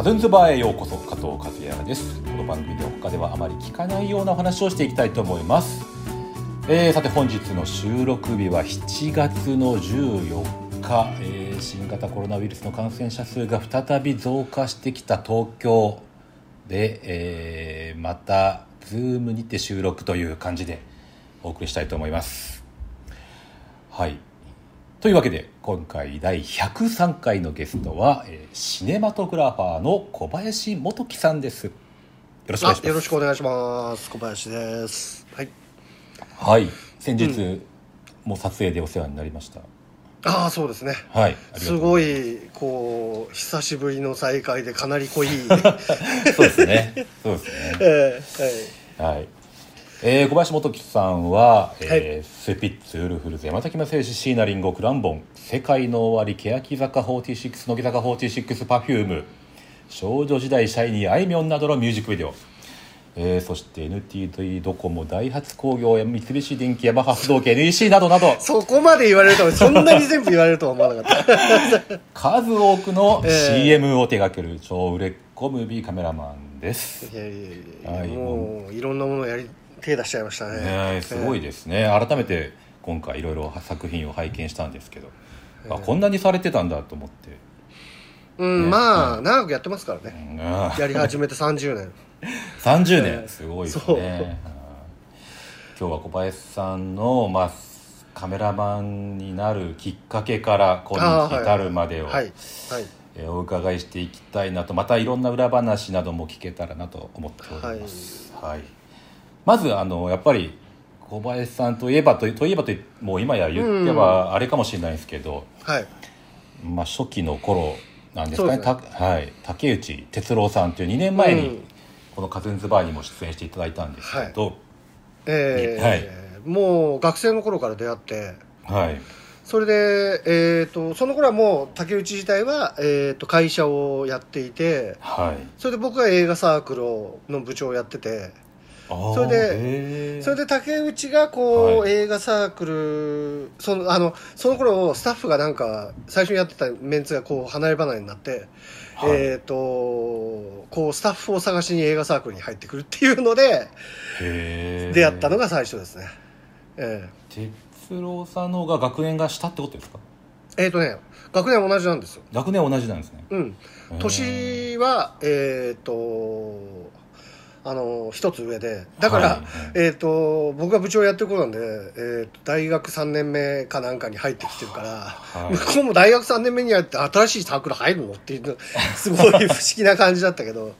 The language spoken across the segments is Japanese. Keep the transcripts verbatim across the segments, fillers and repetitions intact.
カズンズバーへようこそ。加藤和也です。この番組で他ではあまり聞かないようなお話をしていきたいと思います。えー、さて本日の収録日はしちがつのじゅうよっか、えー、新型コロナウイルスの感染者数が再び増加してきた東京で、えー、またズームにて収録という感じでお送りしたいと思います。はい、というわけで今回だいひゃくさんかいのゲストは、えー、シネマトグラファーの小林元樹さんです。よろしくお願いします。 よろしくお願いします。小林です。はい、 はい、先日、うん、もう撮影でお世話になりました。 ああ、そうですね。 はい、 すごいこう久しぶりの再会でかなり濃いそうですね。そうですね。えー、はい。はい。えー、小林元樹さんは、えーはい、スピッツ、ウルフルズ、山崎正義、椎名林檎、クランボン、世界の終わり、欅坂フォーティーシックス、乃木坂フォーティーシックス、パフューム、少女時代、シャイニー、あいみょんなどのミュージックビデオ、えー、そして エヌティーティー ドコモ、ダイハツ工業、三菱電機、ヤマハ発動機、エヌイーシー などなど、 そこまで言われるとは、そんなに全部言われるとは思わなかった数多くの シーエム を手掛ける超売れっ子ムービーカメラマンです。 いやいやいや、はい、もういろんなものをやり手出しちゃいましたね。 ね、すごいですね。改めて今回いろいろ作品を拝見したんですけど、あ、こんなにされてたんだと思って、 うん、ね、まあ、うん、長くやってますからね、うん、やり始めてさんじゅうねんさんじゅうねん、すごいですね。今日は小林さんの、まあ、カメラマンになるきっかけから今日至るまでを、はいはい、えー、お伺いしていきたいなと、またいろんな裏話なども聞けたらなと思っております。はいはい、まずあのやっぱり小林さんといえばとといえばともう今や言ってはあれかもしれないですけど、はい、まあ、初期の頃なんですかね、た、はい、竹内哲郎さんというにねんまえにこのカズンズバーにも出演していただいたんですけど、はい、 えーはい、もう学生の頃から出会って、はい、それで、えー、とその頃はもう竹内自体は、えー、と会社をやっていて、はい、それで僕は映画サークルの部長をやってて、それでそれで竹内がこう、はい、映画サークルそのあのその頃スタッフがなんか最初にやってたメンツがこう離れ離れになって、はい、えー、とこうスタッフを探しに映画サークルに入ってくるっていうので出会ったのが最初ですね。 えー、哲郎さんの方が学年が下ってことですか？ えーとね学年同じなんですよ。 学年同じなんですね。 うん、年はえーとあの一つ上で、だから、はい、えー、と僕が部長やってる頃なんで、えー、と大学さんねんめかなんかに入ってきてるから、はい、向こうも大学さんねんめにやって新しいサークル入るのっていうすごい不思議な感じだったけど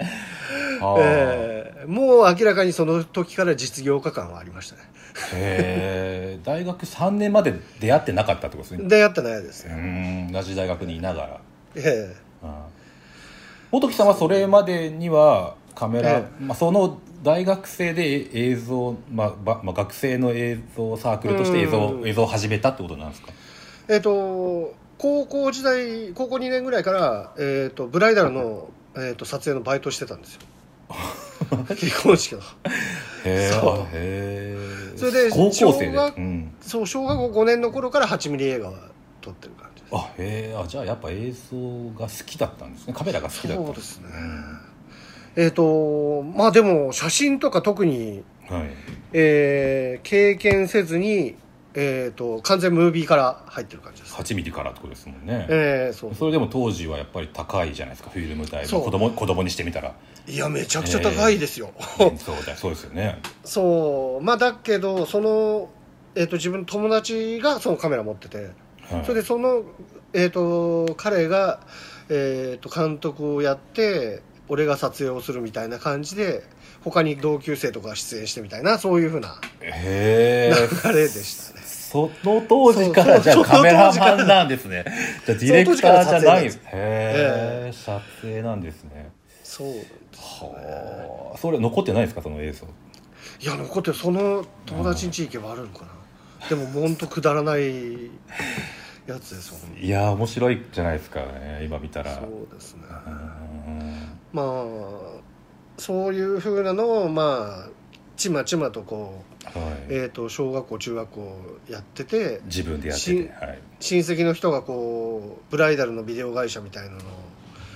えー、もう明らかにその時から実業家感はありましたね。 へー大学さんねんまで出会ってなかったってことですね。 出会ってないですね。 うん、同じ大学にいながら。 えー、 元木さんはそれまでにはカメラ、えーまあ、その大学生で映像、まあまあ、学生の映像サークルとして映像、映像を始めたってことなんですか？ えっ、ー、と高校時代高校にねんぐらいから、えー、とブライダルの、えー、と撮影のバイトしてたんですよ。結婚式のへーそうへーそれで高校生で、 うん、そう小学校ごねんの頃からはちミリ映画は撮ってる感じです。 あへーあじゃあやっぱ映像が好きだったんですね。カメラが好きだったんです。 そうですね、うん、えっ、ー、とまあでも写真とか特に、はいえー、経験せずに、えー、と完全ムービーから入ってる感じです。 はちミリからってことですもんね。 えー、そうそれでも当時はやっぱり高いじゃないですか、フィルム代。子供、子供にしてみたらいやめちゃくちゃ高いですよ、 えー、そうだそうですよね。 そうまあだけどその、えー、と自分の友達がそのカメラ持ってて、はい、それでその、えー、と彼が、えー、と監督をやって俺が撮影をするみたいな感じで他に同級生とか出演してみたいな、そういう風な流れでしたね。 その当時からじゃあカメラマンなんですね。じゃあディレクターじゃない。へえ、撮影なんですね。 そうなんですね。 はあ、それ残ってないですかその映像？ いや残ってる。その友達に地域はあるのかな。でもほんとくだらないやつですよね。 いや面白いじゃないですかね今見たら。 そうですね。まあそういう風なのをまあちまちまとこう、はいえー、と小学校中学校やってて自分でやってて、はい、 親戚の人がこうブライダルのビデオ会社みたいなのを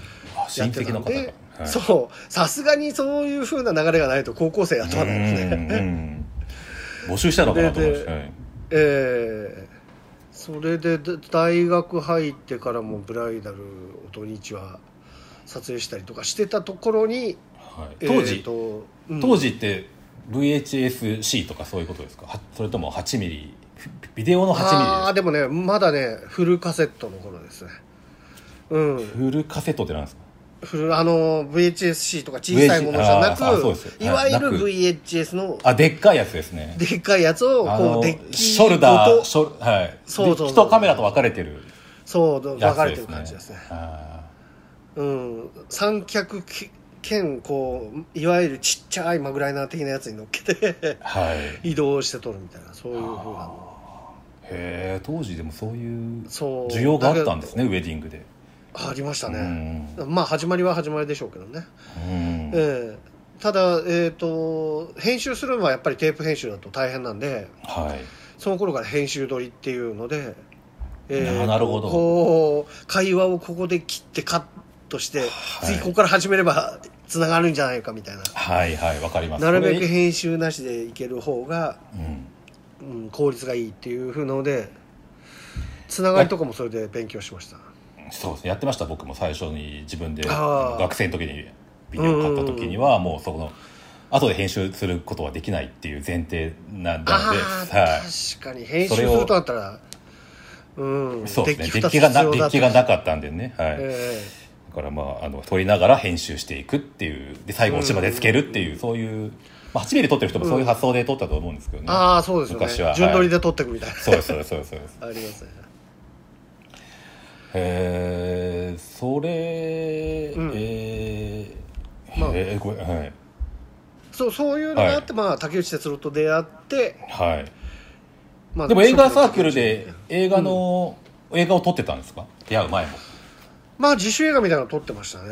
やってたんで、 親戚の方が、はい、 そうさすがにそういう風な流れがないと高校生雇わないですね。 うんうん募集したのかなと思って、はい、 えー、それで大学入ってからもブライダルを土日は撮影したりとかしてたところに、 はい、当時、えーとうん、当時って ブイエイチエスシー とかそういうことですか？それともはちミリビデオのはちミリですか？ あでもねまだねフルカセットの頃ですね、 うん、フルカセットって何ですか？ フルあの ブイエイチエスシー とか小さいものじゃなく、いわゆる ブイエイチエス のあでっかいやつですね。 でっかいやつをこうデッキショルダーショル、はい、そうそうそう、カメラと分かれてる、 そう分かれてる感じですね。うん、三脚兼こういわゆるちっちゃいマグライナー的なやつに乗っけて、はい、移動して撮るみたいなそういう風なの。 へえ、当時でもそういう需要があったんですね、ウェディングで。 ありましたね、うん、まあ始まりは始まりでしょうけどね、うんえー、ただ、えーと、編集するのはやっぱりテープ編集だと大変なんで、はい、その頃から編集撮りっていうので、 えー、なるほど。 こう会話をここで切ってカットして、はい、次ここから始めればつながるんじゃないかみたいな、 はいはいわかります。 なるべく編集なしでいける方が、うんうん、効率がいいっていう風なのでつながりとかもそれで勉強しました。 そうですね、やってました。僕も最初に自分で学生の時にビデオを買った時にはもうそこの後で編集することはできないっていう前提なんで、 はい、確かに編集するとだったらうんそうですね、デッキがなデッキがなかったんでね、はい、えー、だからまああの撮りながら編集していくっていうで最後落ちまでつけるっていう、うん、そういう、まあ、はちミリで撮ってる人もそういう発想で撮ったと思うんですけどね、うん、 ああそうですよね、昔は順撮りで撮っていくみたいな、はい、 そうですそうですそうですありますね。 へえ、それ、うん、えー、まあ、えー、これ、はい、 そうそういうのがあって、はい、まあ竹内哲郎と出会って、 はいまあ、でも映画サークルで映画の、うん、映画を撮ってたんですか？出会う前も。 まあ自主映画みたいなの撮ってましたね、うん、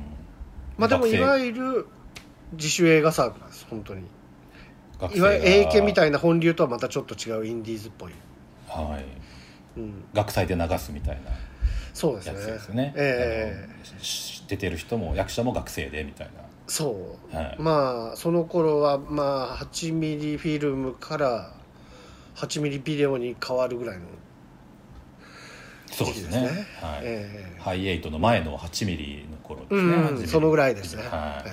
まあでもいわゆる自主映画サークルです本当に。いわゆる英検みたいな本流とはまたちょっと違うインディーズっぽい、 はい、うん、学祭で流すみたいなそうですね、 やつですね、えー、出てる人も役者も学生でみたいな。 そう、はい、まあその頃はまあはちミリフィルムからはちミリビデオに変わるぐらいの時期ですね。そうですね、 はいえー、ハイエイトの前のはちミリの頃ですね、 うん、そのぐらいですね、はいはい、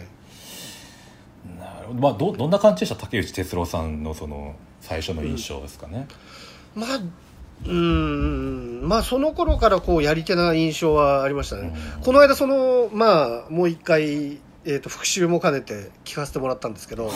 なるほど、まあ、ど, どんな感じでした竹内哲郎さんのその最初の印象ですかね。 うん、まあうーんまあその頃からこうやり手な印象はありましたね、うん、この間そのまあもう一回、えー、と復習も兼ねて聞かせてもらったんですけど、はい、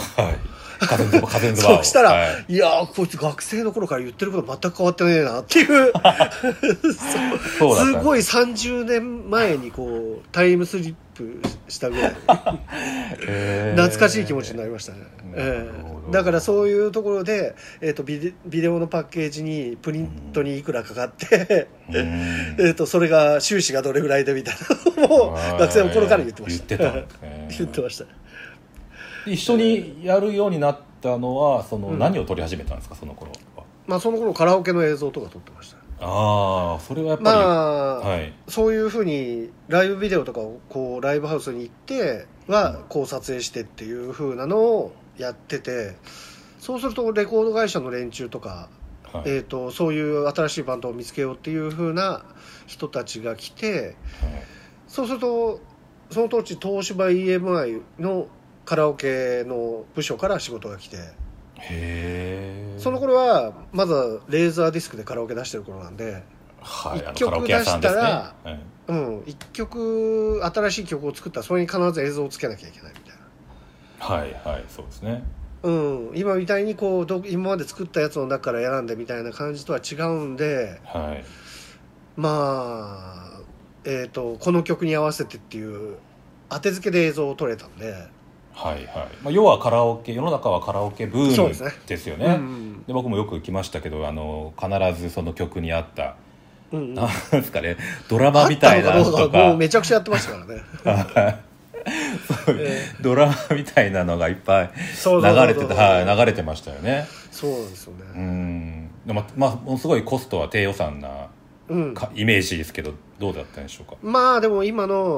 風の風のそうしたら、はい、いやこいつ学生の頃から言ってること全く変わってねえなっていうそうすごいさんじゅうねんまえにこうタイムスリップしたぐらい懐かしい気持ちになりましたね、えー、だからそういうところで、えー、とビデ、ビデオのパッケージにプリントにいくらかかってえーとそれが収支がどれぐらいでみたいなのも学生の頃から言ってました言ってた言ってました。 一緒にやるようになったのはその、うん、何を撮り始めたんですかその頃は。 まあ、その頃カラオケの映像とか撮ってました。 ああそれはやっぱり、まあはい、 そういうふうにライブビデオとかをこうライブハウスに行ってはこう撮影してっていうふうなのをやってて、そうするとレコード会社の連中とか、はい、えー、とそういう新しいバンドを見つけようっていうふうな人たちが来て、はい、そうするとその当時東芝 イーエムアイ のカラオケの部署から仕事が来て、 へその頃はまだレーザーディスクでカラオケ出してる頃なんで、 はい、 いっきょく出したら、ねはいうん、いっきょく新しい曲を作ったらそれに必ず映像をつけなきゃいけないみたいな。はいはいそうですね、 うん、今みたいにこうど今まで作ったやつの中から選んでみたいな感じとは違うんで、はい、まあ、えーと、この曲に合わせてっていう当て付けで映像を撮れたんで、 はいはいまあ、要はカラオケ世の中はカラオケブームですよね。で、うんうん、で僕もよく来ましたけどあの必ずその曲に合った、うんうん、なんですかねドラマみたいなのとかもうめちゃくちゃやってましたからねそう、えー、ドラマみたいなのがいっぱい流れてた、はい、流れてましたよね。 そうなんですよね。 うんでも、まあ、ものすごいコストは低予算な、うん、イメージですけどどうだったんでしょうか。 まあでも今の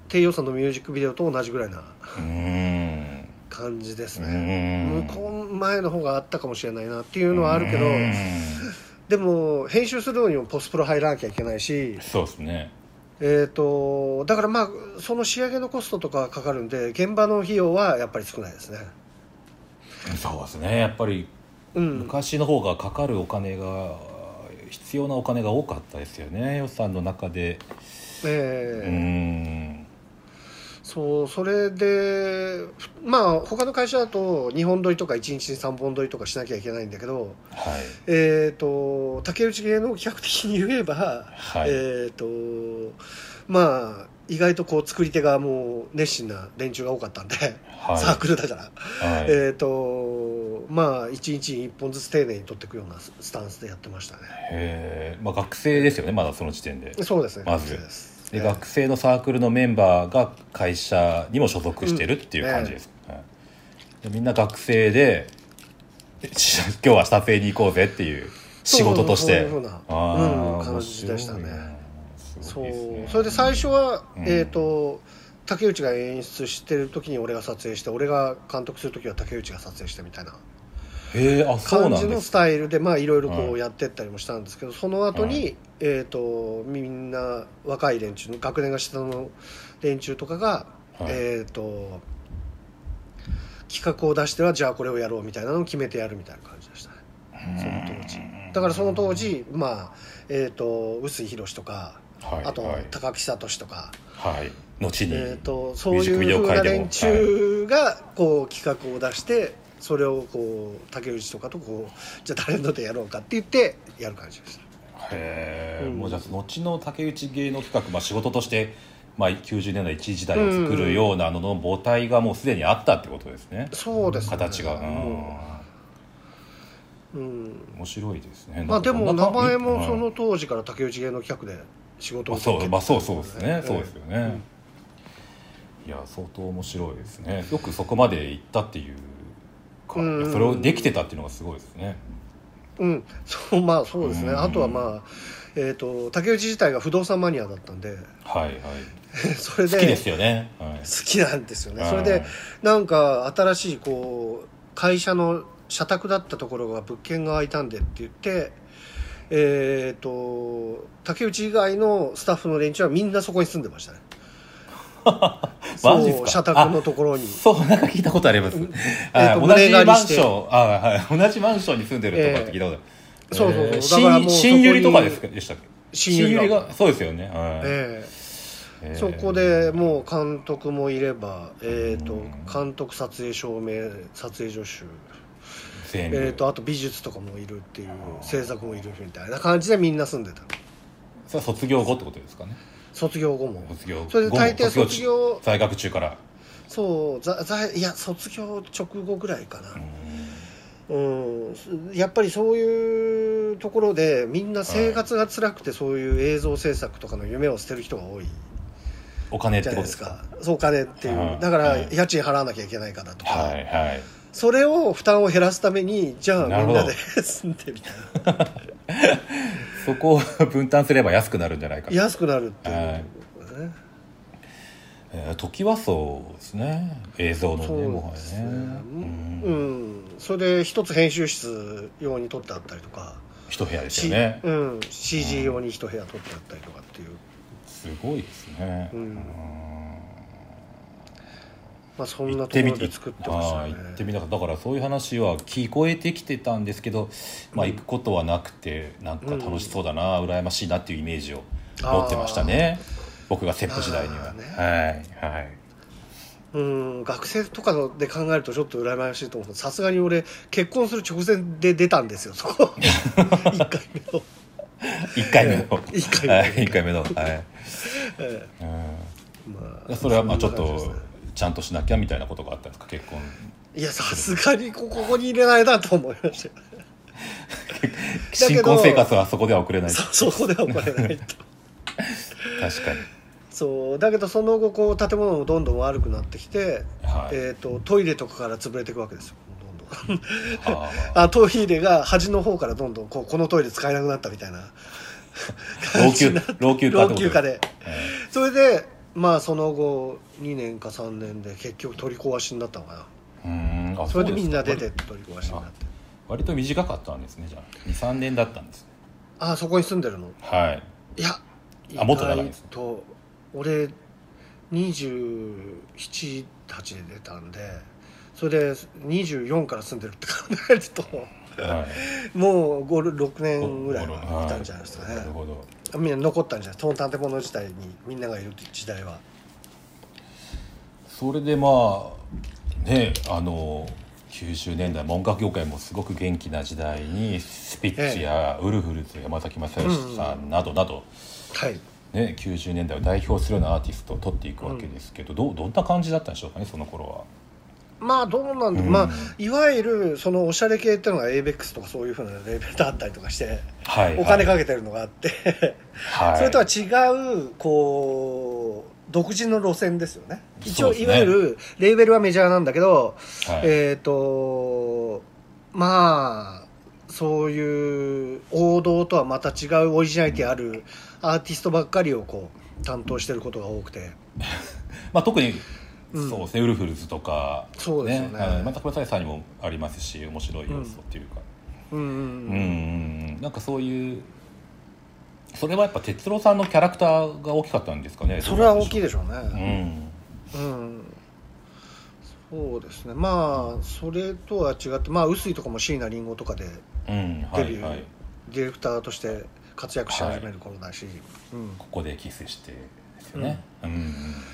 低予算のミュージックビデオと同じぐらいな感じですね。向こう前の方があったかもしれないなっていうのはあるけど、でも編集するのにもポスプロ入らなきゃいけないし、 そうですね。 えーとだからまあその仕上げのコストとかかかるんで、現場の費用はやっぱり少ないですね。 そうですね、やっぱり昔の方がかかるお金が、必要なお金が多かったですよね、予算の中で。 えー、 うんそうそれでまあ他の会社だとにほん撮りとかいちにちにさんぼん撮りとかしなきゃいけないんだけど、 はい、 えーと竹内芸能企画的に言えば、 はい、 えーとまあ意外とこう作り手がもう熱心な連中が多かったんで、はい、サークルだから、はい、えーとまあいちにちにいっぽんずつ丁寧に撮っていくようなスタンスでやってましたね。 へー、まあ、学生ですよね、まだその時点で。 そうですね、 まず学生です。 で、えー、学生のサークルのメンバーが会社にも所属してるっていう感じです、うんえー、でみんな学生で今日は下生に行こうぜっていう仕事としてそういうふうな、うん、感じでしたね。そう、それで最初は、うん、えーと竹内が演出してる時に俺が撮影して、俺が監督する時は竹内が撮影してみたいな感じのスタイルで、まあいろいろこうやってったりもしたんですけど、その後に、えーとみんな若い連中の学年が下の連中とかが、はい、えーと企画を出してはじゃあこれをやろうみたいなのを決めてやるみたいな感じでしたね、その当時。だからその当時、まあえーと臼井宏とか、はい、あと、はい、高木聡とか、 はい、後に、 えー、とそういう風な連中がこう企画を出して、それをこう竹内とかとこうじゃあ誰のでやろうかって言ってやる感じでした。 へー、うん、もうじゃあ後の竹内芸能企画、まあ、仕事として、まあ、きゅうじゅうねんだい一時代を作るようなのの母体がもうすでにあったってことですね。 そうですね、 形が、 うん、 面白いですね。 まあでも名前もその当時から竹内芸能企画で仕事を受けて、 まあそうそうですね、そうですよね、うん、いや相当面白いですね。よくそこまで行ったっていうか、うん、それをできてたっていうのがすごいですね。 うん、そうまあそうですね、うん、あとはまあ、えーと、竹内自体が不動産マニアだったんで、 はいはいそれで好きですよね、はい、 好きなんですよね。それでなんか新しいこう会社の社宅だったところが物件が空いたんでって言って、えーと竹内以外のスタッフの連中はみんなそこに住んでましたねマジですか。 社宅のところに。 そうなんか聞いたことあります、うんえー、同じマンション、あ、はい、同じマンションに住んでるとかって聞いたことある、 えー、そうそうそう、だからもう新百合とかですかでしたっけ。 新百合がそうですよね、はい、 えーえー、そこでもう監督もいれば、えー、と監督撮影照明撮影助手、えー、とあと美術とかもいるっていう、制作もいるみたいな感じでみんな住んでた。 それは卒業後ってことですかね。 卒業後も。 卒業それで大抵卒業在学中から。 そうざざいや卒業直後ぐらいかな。うん、やっぱりそういうところでみんな生活が辛くて、そういう映像制作とかの夢を捨てる人が多い。 お金ってことですか。 そうお金っていう、だから家賃払わなきゃいけないからとか、 はいはい、 それを負担を減らすためにじゃあみんなで住んでみたいなそこを分担すれば安くなるんじゃないか。 安くなるっていう、はいえー、トキワ荘ですね、映像のね、もはやね、うん、 うん、それで一つ編集室用に撮ってあったりとか、 一部屋ですよね、 うん、シージー 用に一部屋撮ってあったりとかっていう、 すごいですね、うん、 まあ、そんなところで作ってましたね。 行ってみたかった。だからそういう話は聞こえてきてたんですけど、まあ、行くことはなくて、なんか楽しそうだな、うん、羨ましいなっていうイメージを持ってましたね、僕がセット時代には、ね、はいはい。 うん、学生とかで考えるとちょっと羨ましいと思う。さすがに俺結婚する直前で出たんですよ、そこいっかいめのいっかいめのいっかいめの、はい、 いっかいめの、はい、 ええ、 うん、まあ、それはまあちょっとちゃんとしなきゃみたいなことがあったんですか、結婚。 いや、さすがにここに入れないなと思いました新婚生活はそこでは送れない。 そ, そこでは送れないと確かに。 そうだけどその後こう建物もどんどん悪くなってきて、 はい、 えー、とトイレとかから潰れていくわけですよ、どんどんあトイレが端の方からどんどんこうこのトイレ使えなくなったみたいな老朽老朽化老朽化で、それでまあその後にねんかさんねんで結局取り壊しになったのかな。 うーん、あ、 それでみんな出て取り壊しになって。 割と短かったんですね。じゃあ にさんねんだったんですね。 あ、そこに住んでるの。 はい。 いや、 あ、もっと長いです、ね、 と俺にじゅうなな、はちで出たんで、それでにじゅうよんから住んでるって考えると、はい、もうご、ろくねんぐらいはいたんじゃないですかね。なるほど。みんな残ったんじゃない、その建物自体にみんながいる時代は。 それでまあね、あのきゅうじゅうねんだい音楽業界もすごく元気な時代にスピッツやウルフルズ、山崎正義さんなどなど、 はいね、きゅうじゅうねんだいを代表するようなアーティストを取っていくわけですけど、うん、ど, どんな感じだったんでしょうかね、その頃は。 まあどうなんだ、うん、まあいわゆるそのおしゃれ系っていうのが エイベックス とかそういう風なレベルだったりとかして、はいはい、お金かけてるのがあってはい、それとは違うこう独自の路線ですよね。一応、ね、いわゆるレーベルはメジャーなんだけど、はい、えっ、ー、とまあそういう王道とはまた違うオリジナリティあるアーティストばっかりをこう担当してることが多くてまあ特にそうですね、うん、ウルフルズとか、ね、 そうですよね。 また小林さんにもありますし、面白い要素っていうか、 うんうんうんうん、なんかそういう、それはやっぱ哲郎さんのキャラクターが大きかったんですかね。 それは大きいでしょうね。うん、うん、そうですね。まあそれとは違って、まあ臼井とかも椎名林檎とかでデビュー、はいはい、ディレクターとして活躍し始める頃だし、はい、 うん、ここでキスしてですよね。うん、うん、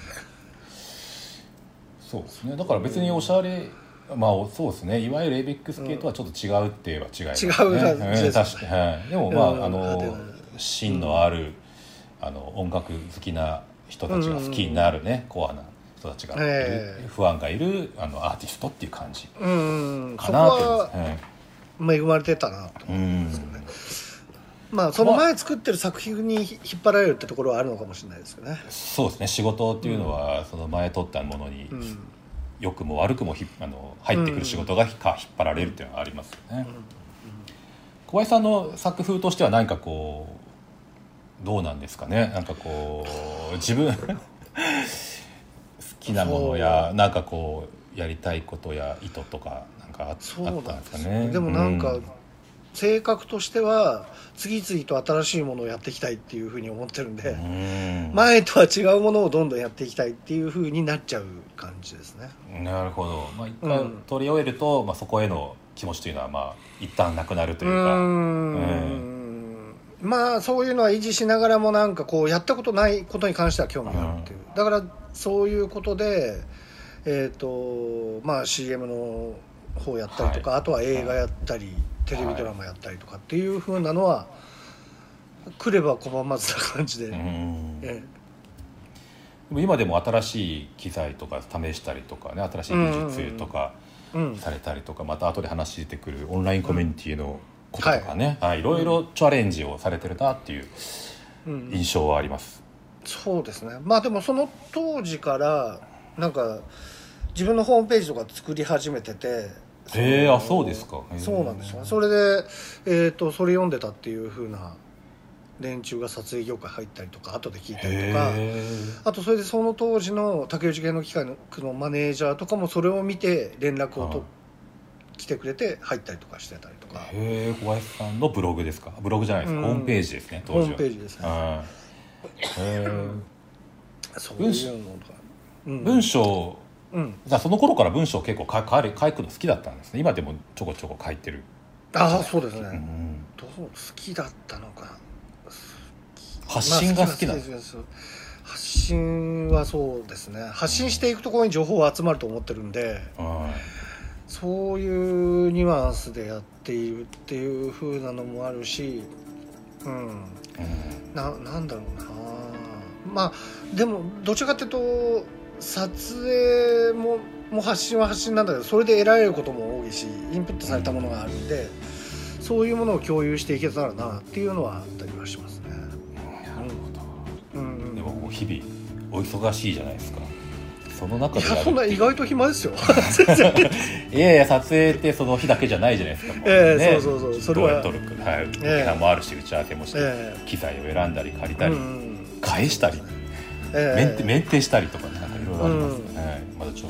そうですね。だから別におしゃれ、まあそうですね、いわゆるエイベックス系とはちょっと違うって言えば違いますね。 違う感じですね。 確かに、はい、でもまあ、うん、あの芯のある、あの音楽好きな人たちが好きになるね、うん、コアな人たちがいる、えー、ファンがいるあのアーティストっていう感じかなと、うん、そこは恵まれてたなと思うんですよね。うん、まあその前作ってる作品に引っ張られるってところはあるのかもしれないですよね。 そうですね。仕事っていうのは、うん、その前撮ったものに、うん、良くも悪くもひあの入ってくる仕事が、うん、引っ張られるっていうのはありますよね。うんうん、小林さんの作風としては何かこうどうなんですかね。なんかこう自分好きなものやなんかこうやりたいことや意図とかなんか あ, あったんですかね。 でもなんか、うん、性格としては次々と新しいものをやっていきたいっていうふうに思ってるんで、うん、前とは違うものをどんどんやっていきたいっていうふうになっちゃう感じですね。 なるほど。まあ、一回取り終えると、うん、まあ、そこへの気持ちというのはまあ一旦なくなるというか、うーん、うんまあそういうのは維持しながらもなんかこうやったことないことに関しては興味があるっていう、うん、だからそういうことでえっとまあ シーエム の方やったりとか、はい、あとは映画やったり、はい、テレビドラマやったりとかっていう風なのは来れば拒まずな感じで、うん、ええ、 でも今でも新しい機材とか試したりとかね、新しい技術とかされたりとか、うん、また後で話出てくるオンラインコミュニティの、うんこととかね、はいはい、いろいろチャレンジをされてるなっていう印象はあります、 うん、そうですね。まあでもその当時からなんか自分のホームページとか作り始めてて、 へえ、あ、そうですか。 そうなんですよ。それで、えーと、それ読んでたっていう風な連中が撮影業界入ったりとか後で聞いたりとか、あとそれでその当時の竹内芸能機械のマネージャーとかもそれを見て連絡を取って、はあ、来てくれて入ったりとかしてたりとか。 へえ、小林さんのブログですか。ブログじゃないですか、うん、ホームページですね、当時は。 ホームページですね。へえ。 そういうのとか、 うん、文章、うん、じゃあその頃から文章結構書くの好きだったんですね。今でもちょこちょこ書いてる。 ああ、そうですね、うん、どう好きだったのか。 発信が好きなんです、 まあ、発信はそうですね。発信していくところに情報が集まると思ってるんで、うん、そういうニュアンスでやっているっていう風なのもあるし、うん、うん、な, なんだろうな。まあでもどちらかというと撮影 も, も発信は発信なんだけど、それで得られることも多いし、インプットされたものがあるんで、うん、そういうものを共有していけたらなっていうのはあったりはしますね。なるほど、うん、でももう日々お忙しいじゃないですか。その中でいや、そんな意外と暇ですよいやいや、撮影ってその日だけじゃないじゃないですか。もうね、 えー、そうそうそう、それは努力、はい、えー、もあるし、打ち合わせもして、えー、機材を選んだり借りたり、うん、返したりえー、メンテメンテしたりとか、ね、なんかいろいろありますよね、うん、まだちょ、うん、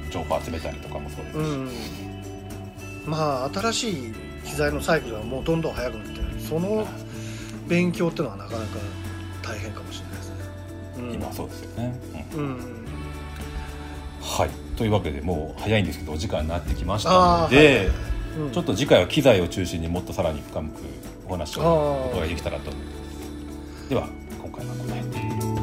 情報集めたりとかもそうですし、うん、 まあ新しい機材のサイクルはもうどんどん速くなってる、その勉強っていうのはなかなか大変かもしれないですね、 うん、今そうですよね、うん、うん、はい、というわけでもう早いんですけどお時間になってきましたので、はいはい、うん、ちょっと次回は機材を中心にもっとさらに深くお話をお伺いできたらと思います。では今回はこの辺で。